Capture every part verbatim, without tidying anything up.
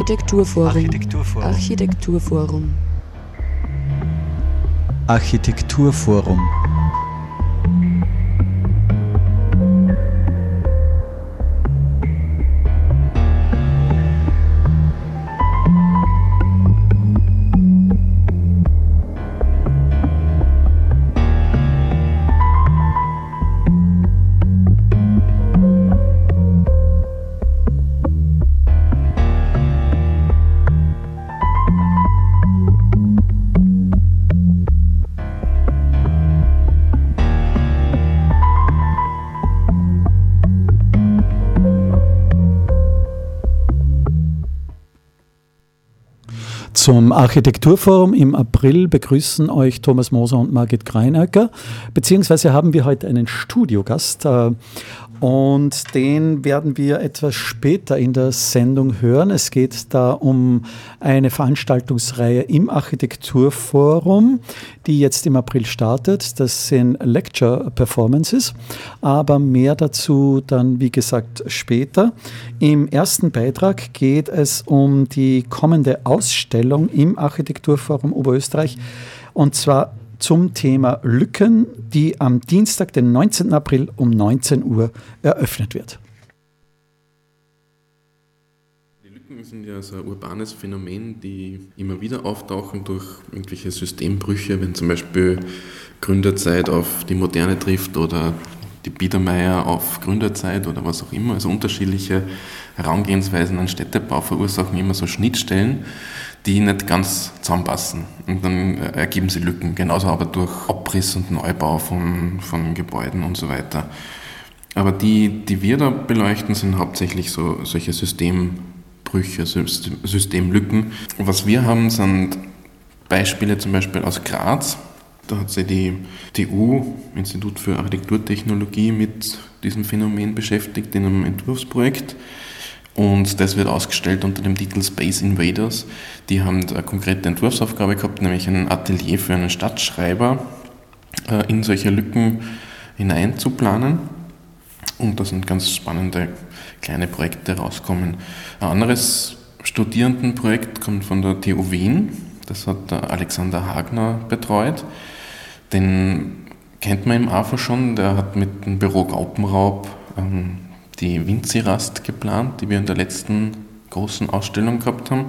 Architekturforum. Architekturforum. Architekturforum. Architekturforum. Zum Architekturforum im April begrüßen euch Thomas Moser und Margit Greinacker, beziehungsweise haben wir heute einen Studiogast äh, und den werden wir etwas später in der Sendung hören. Es geht da um eine Veranstaltungsreihe im Architekturforum, die jetzt im April startet. Das sind Lecture Performances, aber mehr dazu dann, wie gesagt, später. Im ersten Beitrag geht es um die kommende Ausstellung im Architekturforum Oberösterreich, und zwar zum Thema Lücken, die am Dienstag, den neunzehnten April um neunzehn Uhr eröffnet wird. Die Lücken sind ja so ein urbanes Phänomen, die immer wieder auftauchen durch irgendwelche Systembrüche, wenn zum Beispiel Gründerzeit auf die Moderne trifft oder die Biedermeier auf Gründerzeit oder was auch immer. Also unterschiedliche Herangehensweisen an Städtebau verursachen immer so Schnittstellen, die nicht ganz zusammenpassen. Und dann ergeben sie Lücken, genauso aber durch Abriss und Neubau von, von Gebäuden und so weiter. Aber die, die wir da beleuchten, sind hauptsächlich so solche Systembrüche, Systemlücken. Was wir haben, sind Beispiele zum Beispiel aus Graz. Da hat sich die T U, Institut für Architekturtechnologie, mit diesem Phänomen beschäftigt in einem Entwurfsprojekt. Und das wird ausgestellt unter dem Titel Space Invaders. Die haben eine konkrete Entwurfsaufgabe gehabt, nämlich ein Atelier für einen Stadtschreiber äh, in solche Lücken hineinzuplanen. Und da sind ganz spannende kleine Projekte rauskommen. Ein anderes Studierendenprojekt kommt von der T U Wien. Das hat der Alexander Hagner betreut. Den kennt man im A F A schon. Der hat mit dem Büro Gaupenraub ähm, die Vinci-Rast geplant, die wir in der letzten großen Ausstellung gehabt haben.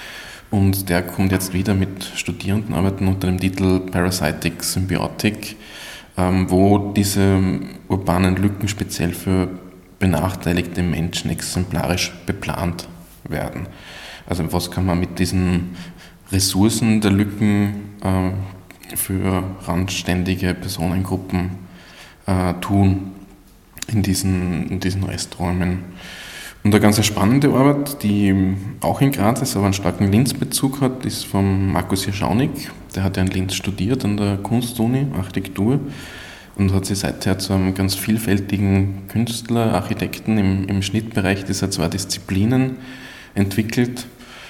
Und der kommt jetzt wieder mit Studierendenarbeiten unter dem Titel Parasitic Symbiotic, ähm, wo diese urbanen Lücken speziell für benachteiligte Menschen exemplarisch beplant werden. Also was kann man mit diesen Ressourcen der Lücken äh, für randständige Personengruppen äh, tun in diesen, in diesen Resträumen. Und eine ganz spannende Arbeit, die auch in Graz ist, aber einen starken Linz-Bezug hat, ist von Markus Jeschaunig. Der hat ja in Linz studiert an der Kunstuni, Architektur, und hat sich seither zu einem ganz vielfältigen Künstler, Architekten im, im Schnittbereich dieser zwei Disziplinen entwickelt.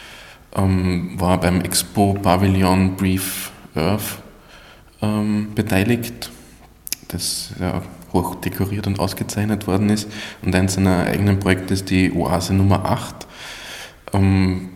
Ähm, war beim Expo-Pavillon Brief Earth ähm, beteiligt, das ja hoch dekoriert und ausgezeichnet worden ist. Und eins seiner eigenen Projekte ist die Oase Nummer acht. Ähm,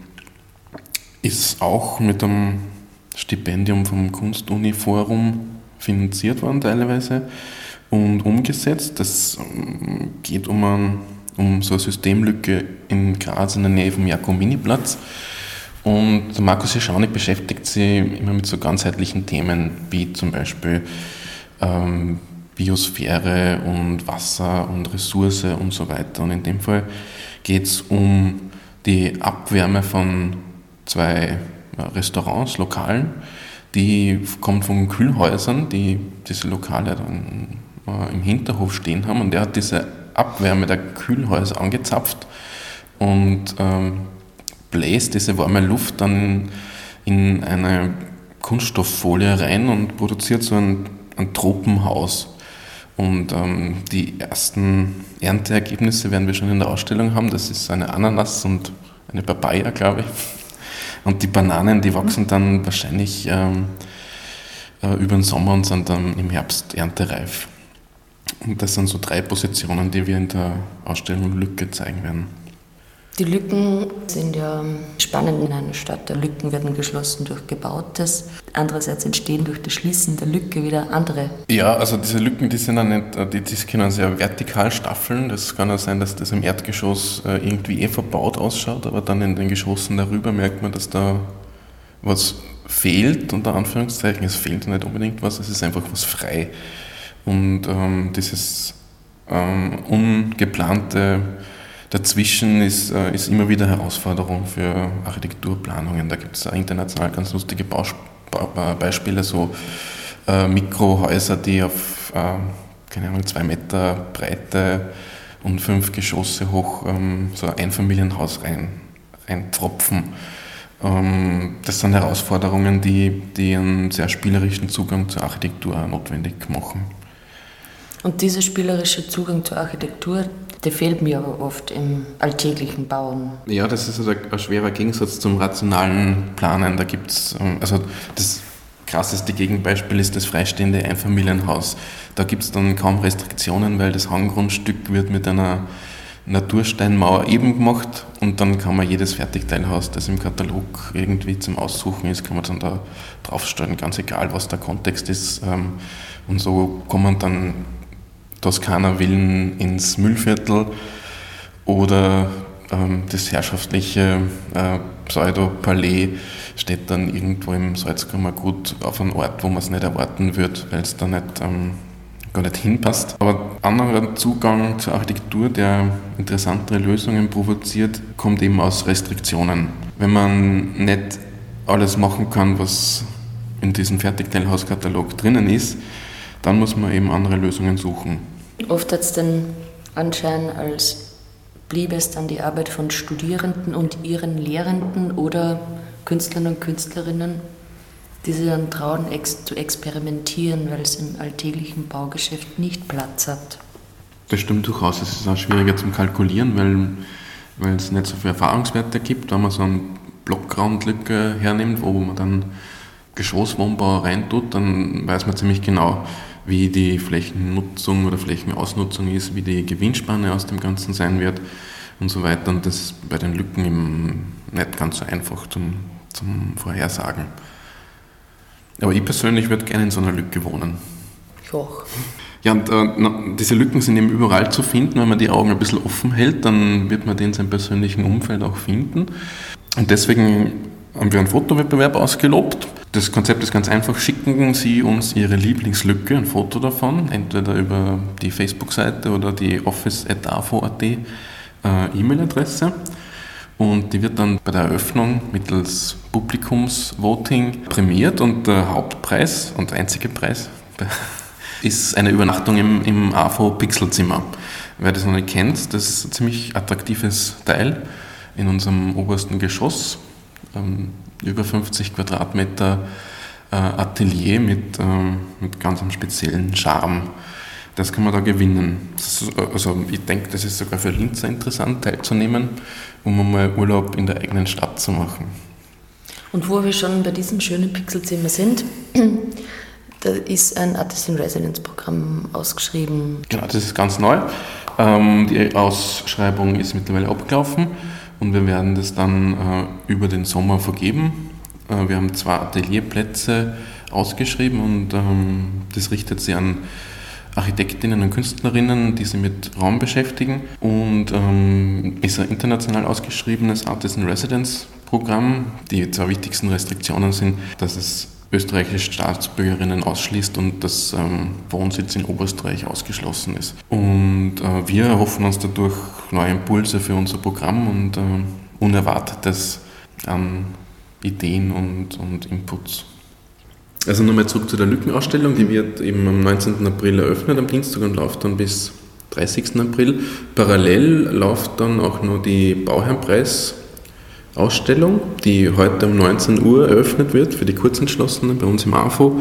ist auch mit einem Stipendium vom Kunstuni-Forum finanziert worden teilweise und umgesetzt. Das ähm, geht um, ein, um so eine Systemlücke in Graz in der Nähe vom Jakominiplatz. Und Markus Jeschaunig beschäftigt sich immer mit so ganzheitlichen Themen wie zum Beispiel ähm, Biosphäre und Wasser und Ressource und so weiter. Und in dem Fall geht es um die Abwärme von zwei Restaurants, Lokalen, die kommt von Kühlhäusern, die diese Lokale dann äh, im Hinterhof stehen haben. Und er hat diese Abwärme der Kühlhäuser angezapft und ähm, bläst diese warme Luft dann in eine Kunststofffolie rein und produziert so ein, ein Tropenhaus. Und ähm, die ersten Ernteergebnisse werden wir schon in der Ausstellung haben. Das ist eine Ananas und eine Papaya, glaube ich. Und die Bananen, die wachsen dann wahrscheinlich ähm, äh, über den Sommer und sind dann im Herbst erntereif. Und das sind so drei Positionen, die wir in der Ausstellung Lücke zeigen werden. Die Lücken sind ja spannend in einer Stadt. Lücken werden geschlossen durch Gebautes. Andererseits entstehen durch das Schließen der Lücke wieder andere. Ja, also diese Lücken, die sind dann nicht, die, die können sehr vertikal staffeln. Das kann auch sein, dass das im Erdgeschoss irgendwie eh verbaut ausschaut, aber dann in den Geschossen darüber merkt man, dass da was fehlt, unter Anführungszeichen. Es fehlt nicht unbedingt was, es ist einfach was frei. Und ähm, dieses ähm, ungeplante Dazwischen ist, äh, ist immer wieder Herausforderung für Architekturplanungen. Da gibt es international ganz lustige Bausp- ba- Beispiele, so äh, Mikrohäuser, die auf äh, keine Ahnung, zwei Meter Breite und fünf Geschosse hoch ähm, so ein Einfamilienhaus rein, reintropfen. Ähm, das sind Herausforderungen, die, die einen sehr spielerischen Zugang zur Architektur notwendig machen. Und dieser spielerische Zugang zur Architektur, der fehlt mir aber oft im alltäglichen Bauen. Ja, das ist also ein schwerer Gegensatz zum rationalen Planen. Da gibt's, also das krasseste Gegenbeispiel ist das freistehende Einfamilienhaus. Da gibt es dann kaum Restriktionen, weil das Hanggrundstück wird mit einer Natursteinmauer eben gemacht und dann kann man jedes Fertigteilhaus, das im Katalog irgendwie zum Aussuchen ist, kann man dann da draufstellen, ganz egal, was der Kontext ist. Und so kommen dann Toskana Villen ins Müllviertel oder ähm, das herrschaftliche äh, Pseudo-Palais steht dann irgendwo im Salzkammergut auf einem Ort, wo man es nicht erwarten wird, weil es da nicht, ähm, gar nicht hinpasst. Aber anderer Zugang zur Architektur, der interessantere Lösungen provoziert, kommt eben aus Restriktionen. Wenn man nicht alles machen kann, was in diesem Fertigteilhauskatalog drinnen ist, dann muss man eben andere Lösungen suchen. Oft hat es den Anschein, als bliebe es dann die Arbeit von Studierenden und ihren Lehrenden oder Künstlern und Künstlerinnen, die sich dann trauen, ex- zu experimentieren, weil es im alltäglichen Baugeschäft nicht Platz hat. Das stimmt durchaus. Es ist auch schwieriger zum Kalkulieren, weil, weil es nicht so viele Erfahrungswerte gibt. Wenn man so eine Blockgrundlücke hernimmt, wo man dann Geschosswohnbau reintut, dann weiß man ziemlich genau, wie die Flächennutzung oder Flächenausnutzung ist, wie die Gewinnspanne aus dem Ganzen sein wird und so weiter. Und das ist bei den Lücken eben nicht ganz so einfach zum, zum Vorhersagen. Aber ich persönlich würde gerne in so einer Lücke wohnen. Ich auch. Ja, und äh, na, diese Lücken sind eben überall zu finden. Wenn man die Augen ein bisschen offen hält, dann wird man die in seinem persönlichen Umfeld auch finden. Und deswegen haben wir einen Fotowettbewerb ausgelobt. Das Konzept ist ganz einfach. Schicken Sie uns Ihre Lieblingslücke, ein Foto davon, entweder über die Facebook-Seite oder die office at a f o punkt a t äh, E-Mail-Adresse. Und die wird dann bei der Eröffnung mittels Publikumsvoting prämiert. Und der Hauptpreis und einzige Preis ist eine Übernachtung im, im A F O-Pixelzimmer. Wer das noch nicht kennt, das ist ein ziemlich attraktives Teil in unserem obersten Geschoss. Ähm, über fünfzig Quadratmeter äh, Atelier mit, ähm, mit ganz einem speziellen Charme. Das kann man da gewinnen. Das ist, also ich denke, das ist sogar für Linzer interessant, teilzunehmen, um einmal Urlaub in der eigenen Stadt zu machen. Und wo wir schon bei diesem schönen Pixelzimmer sind, da ist ein Artist in Residence Programm ausgeschrieben. Genau, das ist ganz neu. Ähm, die Ausschreibung ist mittlerweile abgelaufen. Und wir werden das dann äh, über den Sommer vergeben. Äh, wir haben zwei Atelierplätze ausgeschrieben und ähm, das richtet sich an Architektinnen und Künstlerinnen, die sich mit Raum beschäftigen. Und ähm, ist ein international ausgeschriebenes Artist in Residence Programm. Die zwei wichtigsten Restriktionen sind, dass es österreichische Staatsbürgerinnen ausschließt und dass ähm, Wohnsitz in Oberösterreich ausgeschlossen ist. Und äh, wir erhoffen uns dadurch neue Impulse für unser Programm und äh, Unerwartetes an Ideen und, und Inputs. Also nochmal zurück zu der Lückenausstellung, die wird eben am neunzehnten April eröffnet, am Dienstag, und läuft dann bis dreißigsten April. Parallel läuft dann auch noch die Bauherrenpreis Ausstellung, die heute um neunzehn Uhr eröffnet wird für die Kurzentschlossenen bei uns im A F O.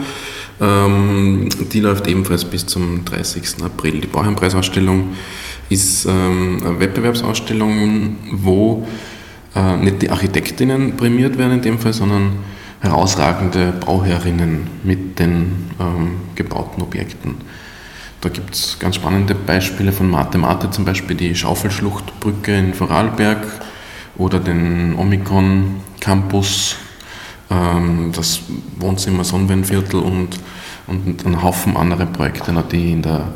Ähm, die läuft ebenfalls bis zum dreißigsten April. Die Bauherrenpreisausstellung ist ähm, eine Wettbewerbsausstellung, wo äh, nicht die Architektinnen prämiert werden in dem Fall, sondern herausragende Bauherrinnen mit den ähm, gebauten Objekten. Da gibt es ganz spannende Beispiele von Mate Mate, zum Beispiel die Schaufelschluchtbrücke in Vorarlberg, oder den Omikron Campus, ähm, das Wohnzimmer Sonnenwendviertel und, und einen Haufen andere Projekte, die in der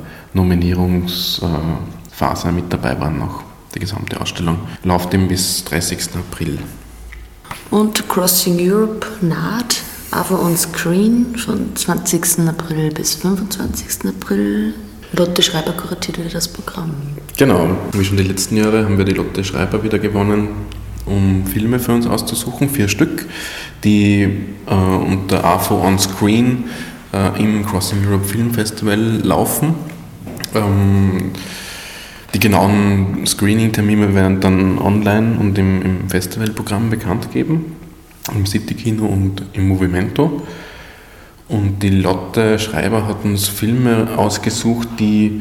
Nominierungsphase mit dabei waren noch. Die gesamte Ausstellung läuft eben bis dreißigsten April. Und Crossing Europe naht, aber on Screen von zwanzigsten April bis fünfundzwanzigsten April. Lotte Schreiber kuratiert wieder das Programm. Genau, wie schon die letzten Jahre haben wir die Lotte Schreiber wieder gewonnen, um Filme für uns auszusuchen, vier Stück, die äh, unter A F O on Screen äh, im Crossing Europe Film Festival laufen. Ähm, Die genauen Screening-Termine werden dann online und im, im Festivalprogramm bekannt geben, im City-Kino und im Movimento. Und die Lotte Schreiber hat uns Filme ausgesucht, die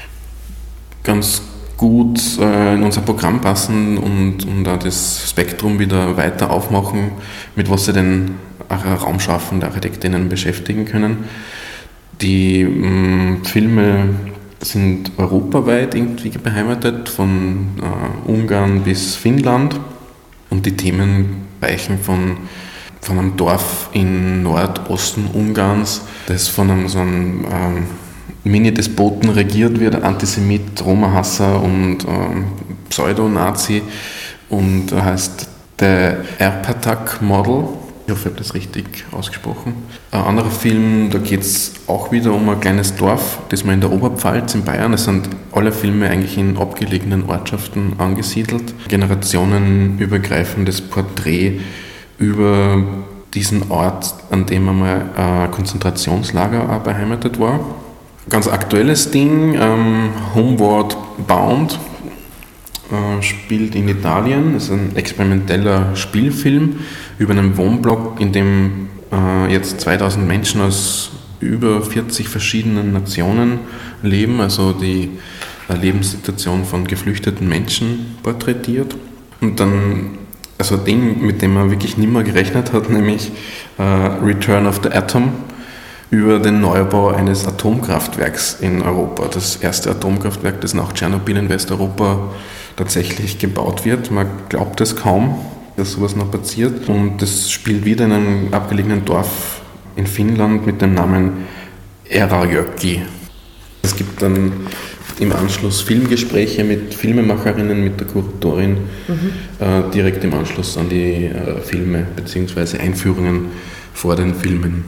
ganz gut äh, in unser Programm passen und, und da das Spektrum wieder weiter aufmachen, mit was sie denn raumschaffende Architektinnen beschäftigen können. Die mh, Filme sind europaweit irgendwie beheimatet, von äh, Ungarn bis Finnland, und die Themen weichen von, von einem Dorf im Nordosten Ungarns, das von einem so einem ähm, Mini-Despoten regiert wird, Antisemit, Roma-Hasser und ähm, Pseudo-Nazi, und heißt der Erpatak Model. Ich hoffe, ich habe das richtig ausgesprochen. Ein anderer Film, da geht es auch wieder um ein kleines Dorf, das man in der Oberpfalz in Bayern. Es sind alle Filme eigentlich in abgelegenen Ortschaften angesiedelt. Generationenübergreifendes Porträt über diesen Ort, an dem einmal ein Konzentrationslager auch beheimatet war. Ganz aktuelles Ding, ähm, Homeward Bound, äh, spielt in Italien. Es ist ein experimenteller Spielfilm über einen Wohnblock, in dem äh, jetzt zweitausend Menschen aus über vierzig verschiedenen Nationen leben, also die äh, Lebenssituation von geflüchteten Menschen porträtiert. Und dann also ein Ding, mit dem man wirklich nicht mehr gerechnet hat, nämlich äh, Return of the Atom, über den Neubau eines Atomkraftwerks in Europa. Das erste Atomkraftwerk, das nach Tschernobyl in Westeuropa tatsächlich gebaut wird. Man glaubt es kaum, dass sowas noch passiert. Und das spielt wieder in einem abgelegenen Dorf in Finnland mit dem Namen Eräjoki. Es gibt dann im Anschluss Filmgespräche mit Filmemacherinnen, mit der Kuratorin, mhm. äh, direkt im Anschluss an die äh, Filme bzw. Einführungen vor den Filmen.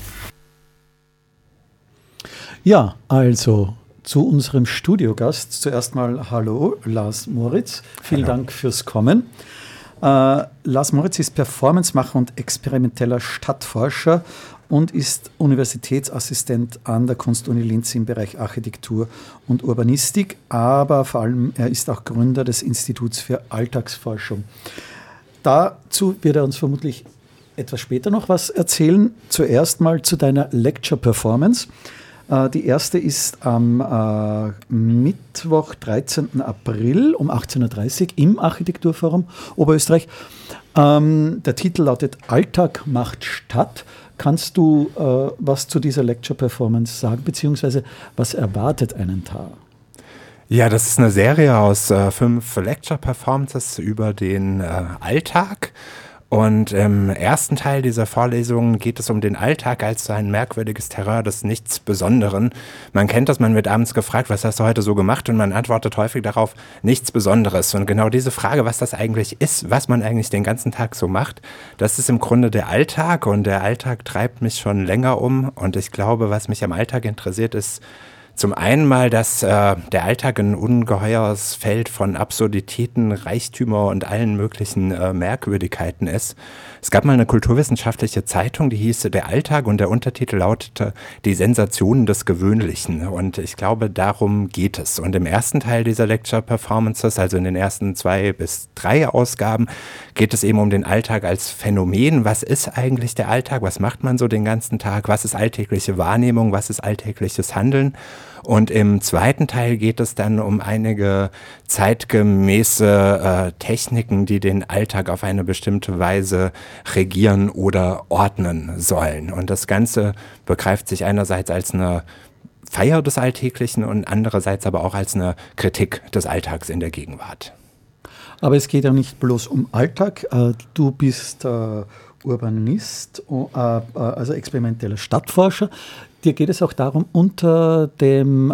Ja, also zu unserem Studiogast zuerst mal hallo, Lars Moritz. Vielen hallo. Dank fürs Kommen. Äh, Lars Moritz ist Performancemacher und experimenteller Stadtforscher und ist Universitätsassistent an der Kunstuni Linz im Bereich Architektur und Urbanistik, aber vor allem er ist auch Gründer des Instituts für Alltagsforschung. Dazu wird er uns vermutlich etwas später noch was erzählen. Zuerst mal zu deiner Lecture-Performance. Die erste ist am äh, Mittwoch, dreizehnten April um achtzehn Uhr dreißig im Architekturforum Oberösterreich. Ähm, der Titel lautet Alltag macht Stadt. Kannst du äh, was zu dieser Lecture-Performance sagen, beziehungsweise was erwartet einen da? Ja, das ist eine Serie aus äh, fünf Lecture-Performances über den äh, Alltag. Und im ersten Teil dieser Vorlesung geht es um den Alltag als ein merkwürdiges Terrain des Nichts Besonderen. Man kennt das, man wird abends gefragt, was hast du heute so gemacht? Und man antwortet häufig darauf, nichts Besonderes. Und genau diese Frage, was das eigentlich ist, was man eigentlich den ganzen Tag so macht, das ist im Grunde der Alltag. Und der Alltag treibt mich schon länger um. Und ich glaube, was mich am Alltag interessiert, ist zum einen mal, dass äh, der Alltag ein ungeheures Feld von Absurditäten, Reichtümer und allen möglichen äh, Merkwürdigkeiten ist. Es gab mal eine kulturwissenschaftliche Zeitung, die hieß Der Alltag, und der Untertitel lautete Die Sensationen des Gewöhnlichen. Und ich glaube, darum geht es. Und im ersten Teil dieser Lecture-Performances, also in den ersten zwei bis drei Ausgaben, geht es eben um den Alltag als Phänomen. Was ist eigentlich der Alltag? Was macht man so den ganzen Tag? Was ist alltägliche Wahrnehmung? Was ist alltägliches Handeln? Und im zweiten Teil geht es dann um einige zeitgemäße äh, Techniken, die den Alltag auf eine bestimmte Weise regieren oder ordnen sollen. Und das Ganze begreift sich einerseits als eine Feier des Alltäglichen und andererseits aber auch als eine Kritik des Alltags in der Gegenwart. Aber es geht ja nicht bloß um Alltag. Du bist Urbanist, also experimenteller Stadtforscher. Dir geht es auch darum, unter dem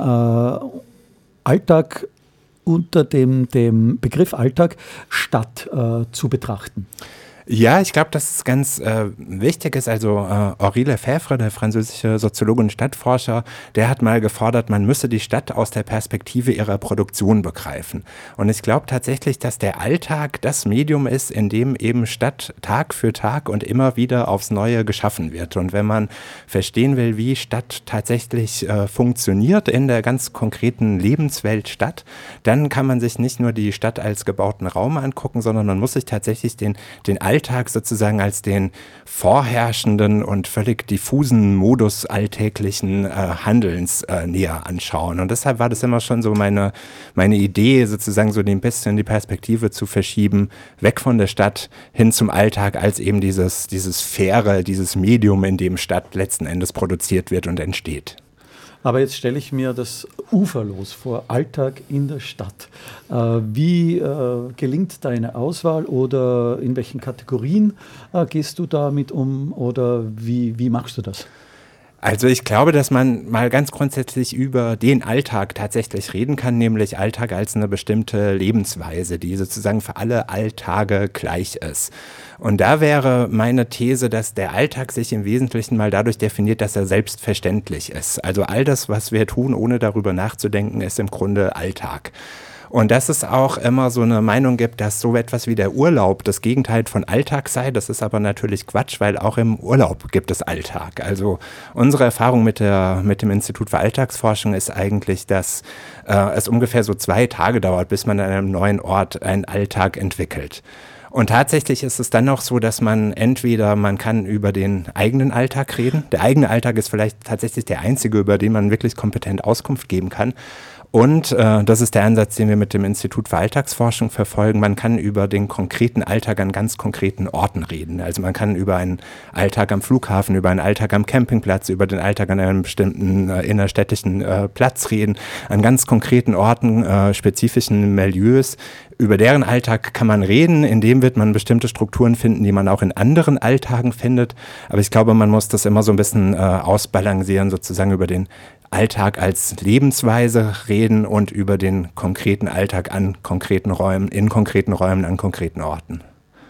Alltag, unter dem, dem Begriff Alltag Stadt zu betrachten. Ja, ich glaube, dass es ganz äh, wichtig ist. Also äh, Henri Lefebvre, der französische Soziologe und Stadtforscher, der hat mal gefordert, man müsse die Stadt aus der Perspektive ihrer Produktion begreifen. Und ich glaube tatsächlich, dass der Alltag das Medium ist, in dem eben Stadt Tag für Tag und immer wieder aufs Neue geschaffen wird. Und wenn man verstehen will, wie Stadt tatsächlich äh, funktioniert in der ganz konkreten Lebenswelt Stadt, dann kann man sich nicht nur die Stadt als gebauten Raum angucken, sondern man muss sich tatsächlich den, den Alltag Alltag sozusagen als den vorherrschenden und völlig diffusen Modus alltäglichen äh, Handelns äh, näher anschauen. Und deshalb war das immer schon so meine, meine Idee, sozusagen so ein bisschen die Perspektive zu verschieben, weg von der Stadt hin zum Alltag als eben dieses, diese Sphäre, dieses Medium, in dem Stadt letzten Endes produziert wird und entsteht. Aber jetzt stelle ich mir das uferlos vor, Alltag in der Stadt. Äh, wie äh, gelingt deine Auswahl oder in welchen Kategorien äh, gehst du damit um oder wie, wie machst du das? Also ich glaube, dass man mal ganz grundsätzlich über den Alltag tatsächlich reden kann, nämlich Alltag als eine bestimmte Lebensweise, die sozusagen für alle Alltage gleich ist. Und da wäre meine These, dass der Alltag sich im Wesentlichen mal dadurch definiert, dass er selbstverständlich ist. Also all das, was wir tun, ohne darüber nachzudenken, ist im Grunde Alltag. Und dass es auch immer so eine Meinung gibt, dass so etwas wie der Urlaub das Gegenteil von Alltag sei, das ist aber natürlich Quatsch, weil auch im Urlaub gibt es Alltag. Also unsere Erfahrung mit, der, mit dem Institut für Alltagsforschung ist eigentlich, dass äh, es ungefähr so zwei Tage dauert, bis man an einem neuen Ort einen Alltag entwickelt. Und tatsächlich ist es dann auch so, dass man entweder, man kann über den eigenen Alltag reden. Der eigene Alltag ist vielleicht tatsächlich der einzige, über den man wirklich kompetent Auskunft geben kann. Und äh, das ist der Ansatz, den wir mit dem Institut für Alltagsforschung verfolgen. Man kann über den konkreten Alltag an ganz konkreten Orten reden. Also man kann über einen Alltag am Flughafen, über einen Alltag am Campingplatz, über den Alltag an einem bestimmten äh, innerstädtischen äh, Platz reden, an ganz konkreten Orten, äh, spezifischen Milieus. Über deren Alltag kann man reden, in dem wird man bestimmte Strukturen finden, die man auch in anderen Alltagen findet. Aber ich glaube, man muss das immer so ein bisschen äh, ausbalancieren, sozusagen über den Alltag als Lebensweise reden und über den konkreten Alltag an konkreten Räumen, in konkreten Räumen, an konkreten Orten.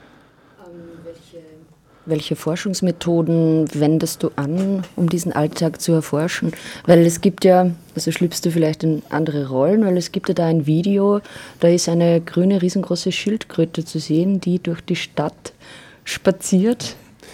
Welche, welche Forschungsmethoden wendest du an, um diesen Alltag zu erforschen? Weil es gibt ja, also schlüpfst du vielleicht in andere Rollen, weil es gibt ja da ein Video, da ist eine grüne, riesengroße Schildkröte zu sehen, die durch die Stadt spaziert.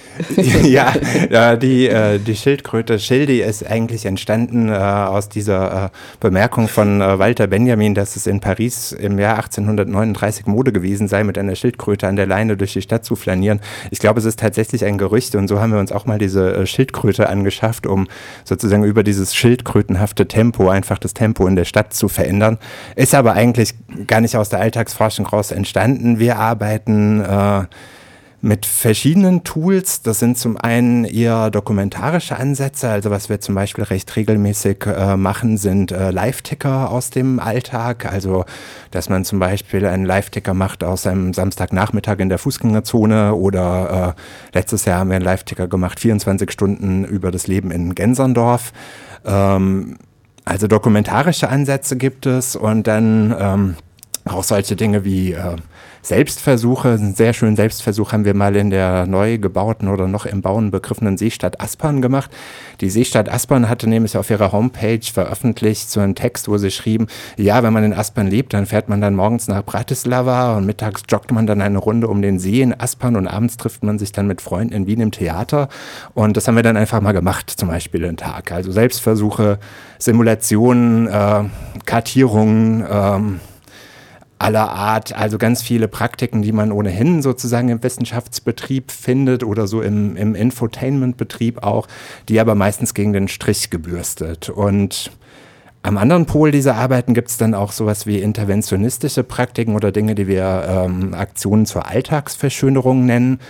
Ja, äh, die, äh, die Schildkröte Schildi ist eigentlich entstanden äh, aus dieser äh, Bemerkung von äh, Walter Benjamin, dass es in Paris im Jahr achtzehnhundertneununddreißig Mode gewesen sei, mit einer Schildkröte an der Leine durch die Stadt zu flanieren. Ich glaube, es ist tatsächlich ein Gerücht und so haben wir uns auch mal diese äh, Schildkröte angeschafft, um sozusagen über dieses schildkrötenhafte Tempo einfach das Tempo in der Stadt zu verändern. Ist aber eigentlich gar nicht aus der Alltagsforschung raus entstanden. Wir arbeiten äh, mit verschiedenen Tools. Das sind zum einen eher dokumentarische Ansätze, also was wir zum Beispiel recht regelmäßig äh, machen, sind äh, Live-Ticker aus dem Alltag, also dass man zum Beispiel einen Live-Ticker macht aus einem Samstagnachmittag in der Fußgängerzone oder äh, letztes Jahr haben wir einen Live-Ticker gemacht, vierundzwanzig Stunden über das Leben in Genserndorf. Ähm, also dokumentarische Ansätze gibt es und dann ähm, auch solche Dinge wie äh, Selbstversuche, einen sehr schönen Selbstversuch haben wir mal in der neu gebauten oder noch im Bauen begriffenen Seestadt Aspern gemacht. Die Seestadt Aspern hatte nämlich auf ihrer Homepage veröffentlicht so einen Text, wo sie schrieben, ja, wenn man in Aspern lebt, dann fährt man dann morgens nach Bratislava und mittags joggt man dann eine Runde um den See in Aspern und abends trifft man sich dann mit Freunden in Wien im Theater. Und das haben wir dann einfach mal gemacht, zum Beispiel einen Tag. Also Selbstversuche, Simulationen, äh, Kartierungen, ähm, aller Art, also ganz viele Praktiken, die man ohnehin sozusagen im Wissenschaftsbetrieb findet oder so im, im Infotainment-Betrieb auch, die aber meistens gegen den Strich gebürstet. Und am anderen Pol dieser Arbeiten gibt es dann auch sowas wie interventionistische Praktiken oder Dinge, die wir ähm, Aktionen zur Alltagsverschönerung nennen.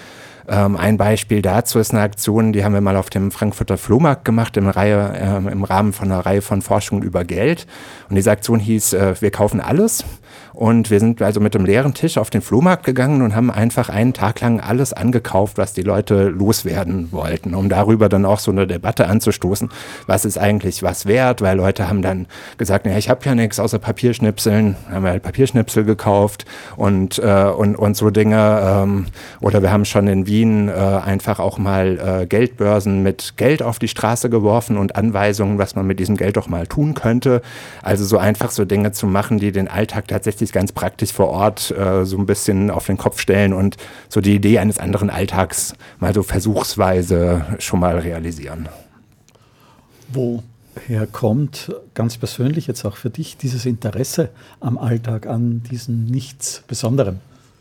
Ähm, ein Beispiel dazu ist eine Aktion, die haben wir mal auf dem Frankfurter Flohmarkt gemacht, im, Reihe, äh, im Rahmen von einer Reihe von Forschungen über Geld. Und diese Aktion hieß, äh, wir kaufen alles. Und wir sind also mit einem leeren Tisch auf den Flohmarkt gegangen und haben einfach einen Tag lang alles angekauft, was die Leute loswerden wollten, um darüber dann auch so eine Debatte anzustoßen, was ist eigentlich was wert, weil Leute haben dann gesagt, naja, ich habe ja nichts außer Papierschnipseln, haben wir halt Papierschnipsel gekauft und, äh, und, und so Dinge. Ähm, oder wir haben schon in Wien äh, einfach auch mal äh, Geldbörsen mit Geld auf die Straße geworfen und Anweisungen, was man mit diesem Geld doch mal tun könnte. Also so einfach so Dinge zu machen, die den Alltag tatsächlich ganz praktisch vor Ort äh, so ein bisschen auf den Kopf stellen und so die Idee eines anderen Alltags mal so versuchsweise schon mal realisieren. Woher kommt ganz persönlich jetzt auch für dich dieses Interesse am Alltag, an diesem Nichts Besonderem?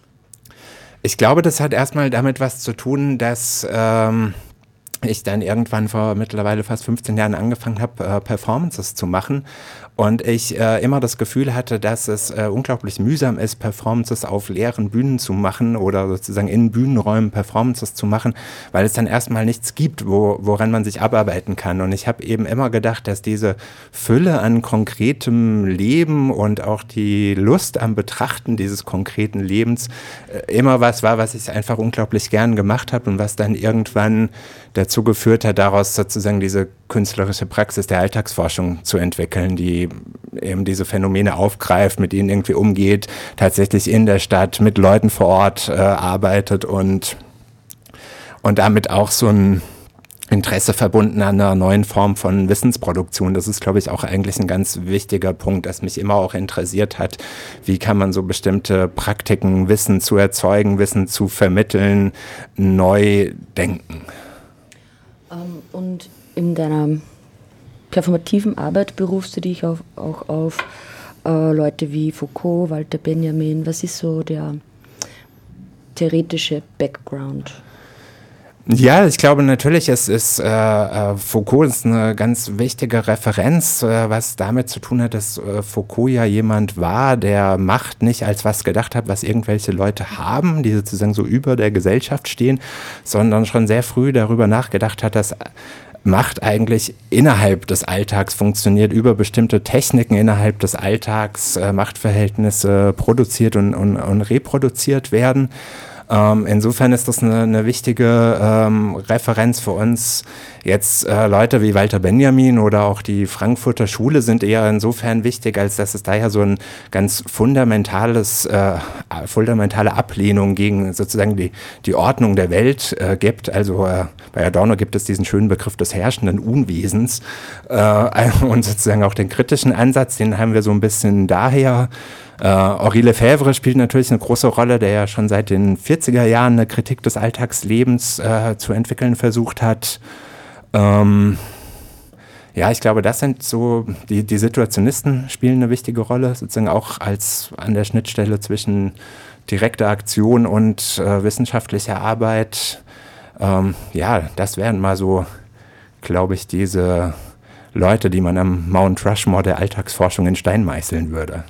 Ich glaube, das hat erstmal damit was zu tun, dass ähm, ich dann irgendwann vor mittlerweile fast fünfzehn Jahren angefangen habe, äh, Performances zu machen. Und ich äh, immer das Gefühl hatte, dass es äh, unglaublich mühsam ist, Performances auf leeren Bühnen zu machen oder sozusagen in Bühnenräumen Performances zu machen, weil es dann erstmal nichts gibt, wo, woran man sich abarbeiten kann. Und ich habe eben immer gedacht, dass diese Fülle an konkretem Leben und auch die Lust am Betrachten dieses konkreten Lebens äh, immer was war, was ich einfach unglaublich gern gemacht habe und was dann irgendwann dazu geführt hat, daraus sozusagen diese künstlerische Praxis der Alltagsforschung zu entwickeln, die eben diese Phänomene aufgreift, mit ihnen irgendwie umgeht, tatsächlich in der Stadt mit Leuten vor Ort äh, arbeitet und, und damit auch so ein Interesse verbunden an einer neuen Form von Wissensproduktion. Das ist, glaube ich, auch eigentlich ein ganz wichtiger Punkt, das mich immer auch interessiert hat. Wie kann man so bestimmte Praktiken, Wissen zu erzeugen, Wissen zu vermitteln, neu denken? Um, und in deiner performativen Arbeit berufst du dich auf, auch auf äh, Leute wie Foucault, Walter Benjamin. Was ist so der theoretische Background? Ja, ich glaube natürlich, es ist äh, Foucault ist eine ganz wichtige Referenz, äh, was damit zu tun hat, dass äh, Foucault ja jemand war, der Macht nicht als was gedacht hat, was irgendwelche Leute haben, die sozusagen so über der Gesellschaft stehen, sondern schon sehr früh darüber nachgedacht hat, dass Macht eigentlich innerhalb des Alltags funktioniert, über bestimmte Techniken innerhalb des Alltags äh, Machtverhältnisse produziert und, und, und reproduziert werden. Ähm, insofern ist das eine, eine wichtige ähm, Referenz für uns. Jetzt äh, Leute wie Walter Benjamin oder auch die Frankfurter Schule sind eher insofern wichtig, als dass es da ja so ein ganz fundamentales, äh, fundamentale Ablehnung gegen sozusagen die, die Ordnung der Welt äh, gibt. Also äh, bei Adorno gibt es diesen schönen Begriff des herrschenden Unwesens äh, und sozusagen auch den kritischen Ansatz, den haben wir so ein bisschen daher. Uh, Henri Lefebvre spielt natürlich eine große Rolle, der ja schon seit den vierziger Jahren eine Kritik des Alltagslebens uh, zu entwickeln versucht hat. Um, ja, ich glaube, das sind so, die, die Situationisten spielen eine wichtige Rolle, sozusagen auch als an der Schnittstelle zwischen direkter Aktion und uh, wissenschaftlicher Arbeit. Um, ja, das wären mal so, glaube ich, diese Leute, die man am Mount Rushmore der Alltagsforschung in Stein meißeln würde.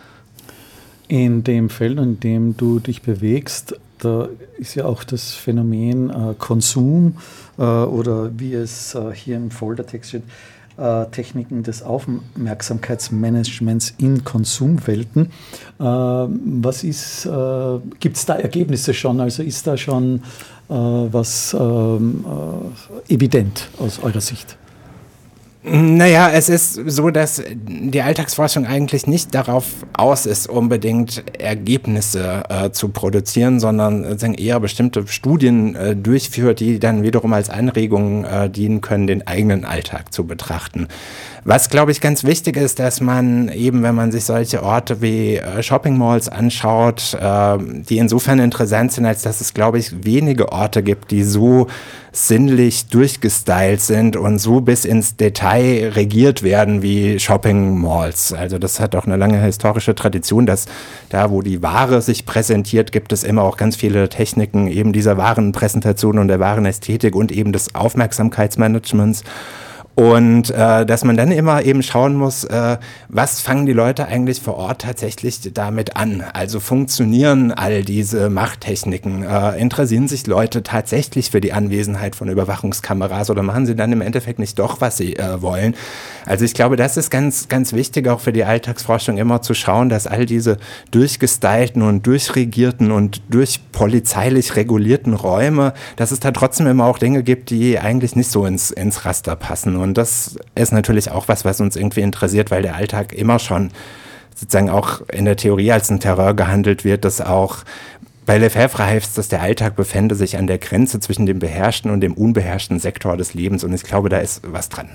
In dem Feld, in dem du dich bewegst, da ist ja auch das Phänomen äh, Konsum äh, oder wie es äh, hier im Foldertext steht, äh, Techniken des Aufmerksamkeitsmanagements in Konsumwelten. Äh, was ist, äh, gibt es da Ergebnisse schon? Also ist da schon äh, was äh, äh, evident aus eurer Sicht? Naja, es ist so, dass die Alltagsforschung eigentlich nicht darauf aus ist, unbedingt Ergebnisse äh, zu produzieren, sondern äh, eher bestimmte Studien äh, durchführt, die dann wiederum als Anregung äh, dienen können, den eigenen Alltag zu betrachten. Was, glaube ich, ganz wichtig ist, dass man eben, wenn man sich solche Orte wie äh, Shopping Malls anschaut, äh, die insofern interessant sind, als dass es, glaube ich, wenige Orte gibt, die so sinnlich durchgestylt sind und so bis ins Detail regiert werden wie Shopping Malls. Also das hat auch eine lange historische Tradition, dass da, wo die Ware sich präsentiert, gibt es immer auch ganz viele Techniken eben dieser Warenpräsentation und der Warenästhetik und eben des Aufmerksamkeitsmanagements. Und äh, dass man dann immer eben schauen muss, äh, was fangen die Leute eigentlich vor Ort tatsächlich damit an? Also funktionieren all diese Machttechniken? Äh, interessieren sich Leute tatsächlich für die Anwesenheit von Überwachungskameras oder machen sie dann im Endeffekt nicht doch, was sie äh, wollen? Also ich glaube, das ist ganz, ganz wichtig auch für die Alltagsforschung, immer zu schauen, dass all diese durchgestylten und durchregierten und durchpolizeilich regulierten Räume, dass es da trotzdem immer auch Dinge gibt, die eigentlich nicht so ins, ins Raster passen. Und das ist natürlich auch was, was uns irgendwie interessiert, weil der Alltag immer schon sozusagen auch in der Theorie als ein Terror gehandelt wird, dass auch bei Lefebvre heißt es, dass der Alltag befände sich an der Grenze zwischen dem beherrschten und dem unbeherrschten Sektor des Lebens. Und ich glaube, da ist was dran.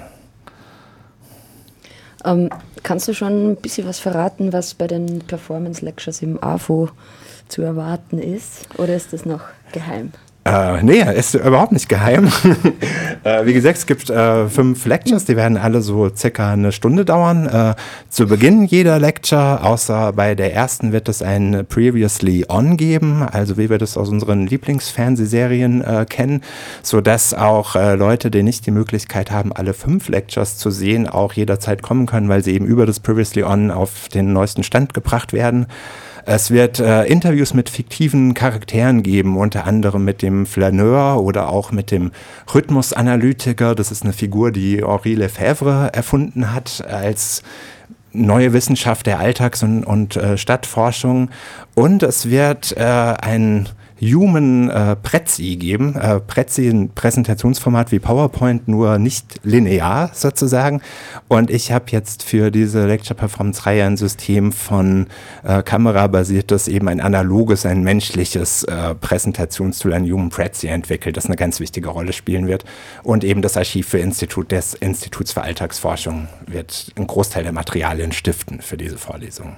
Ähm, kannst du schon ein bisschen was verraten, was bei den Performance Lectures im A F O zu erwarten ist? Oder ist das noch geheim? Äh, nee, ist überhaupt nicht geheim. äh, wie gesagt, es gibt äh, fünf Lectures, die werden alle so circa eine Stunde dauern. Äh, zu Beginn jeder Lecture, außer bei der ersten wird es ein Previously On geben, also wie wir das aus unseren Lieblingsfernsehserien äh, kennen, sodass auch äh, Leute, die nicht die Möglichkeit haben, alle fünf Lectures zu sehen, auch jederzeit kommen können, weil sie eben über das Previously On auf den neuesten Stand gebracht werden. Es wird äh, Interviews mit fiktiven Charakteren geben, unter anderem mit dem Flaneur oder auch mit dem Rhythmusanalytiker. Das ist eine Figur, die Henri Lefebvre erfunden hat als neue Wissenschaft der Alltags- und, und äh, Stadtforschung. Und es wird äh, ein Human äh, Prezi geben. Äh, Prezi, ein Präsentationsformat wie PowerPoint, nur nicht linear sozusagen. Und ich habe jetzt für diese Lecture-Performance-Reihe ein System von äh, kamerabasiertes, eben ein analoges, ein menschliches äh, Präsentationstool, ein Human Prezi entwickelt, das eine ganz wichtige Rolle spielen wird. Und eben das Archiv für Institut des Instituts für Alltagsforschung wird einen Großteil der Materialien stiften für diese Vorlesung.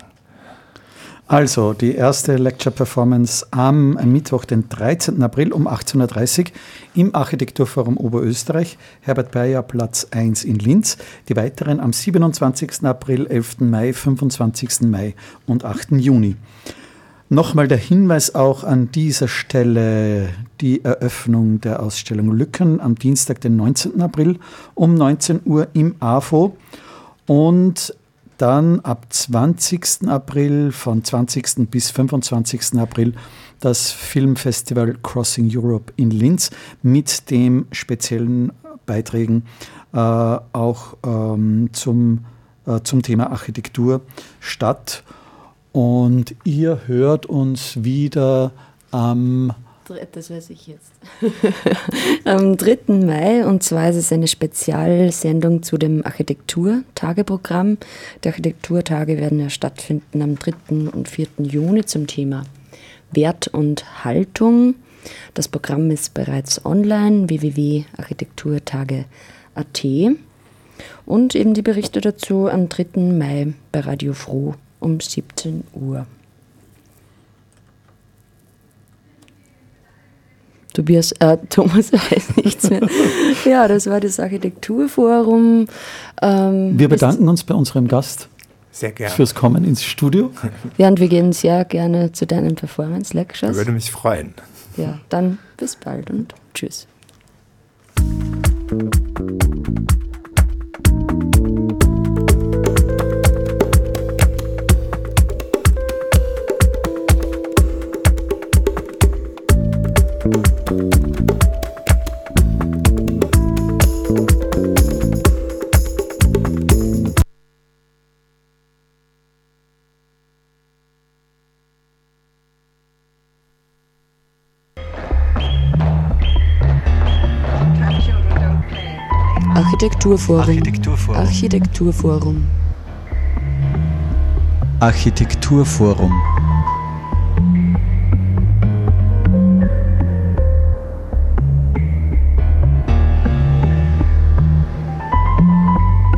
Also die erste Lecture-Performance am Mittwoch, den dreizehnten April um achtzehn Uhr dreißig im Architekturforum Oberösterreich, Herbert Bayer, Platz eins in Linz. Die weiteren am siebenundzwanzigsten April, elften Mai, fünfundzwanzigsten Mai und achten Juni. Nochmal der Hinweis auch an dieser Stelle, die Eröffnung der Ausstellung Lücken am Dienstag, den neunzehnten April um neunzehn Uhr im A F O und dann ab zwanzigsten April, von zwanzigsten bis fünfundzwanzigsten April, das Filmfestival Crossing Europe in Linz mit den speziellen Beiträgen äh, auch ähm, zum, äh, zum Thema Architektur statt. Und ihr hört uns wieder am... Das weiß ich jetzt. Am dritten Mai, und zwar ist es eine Spezialsendung zu dem Architekturtageprogramm. Die Architekturtage werden ja stattfinden am dritten und vierten Juni zum Thema Wert und Haltung. Das Programm ist bereits online, w w w punkt architekturtage punkt a t. Und eben die Berichte dazu am dritten Mai bei Radio Froh um siebzehn Uhr. Tobias, äh, Thomas weiß nichts mehr. Ja, das war das Architekturforum. Ähm, wir bedanken uns bei unserem Gast sehr gerne fürs Kommen ins Studio. Ja, und wir gehen sehr gerne zu deinen Performance Lectures. Würde mich freuen. Ja, dann bis bald und tschüss. Architekturforum. Architekturforum. Architekturforum. Architekturforum.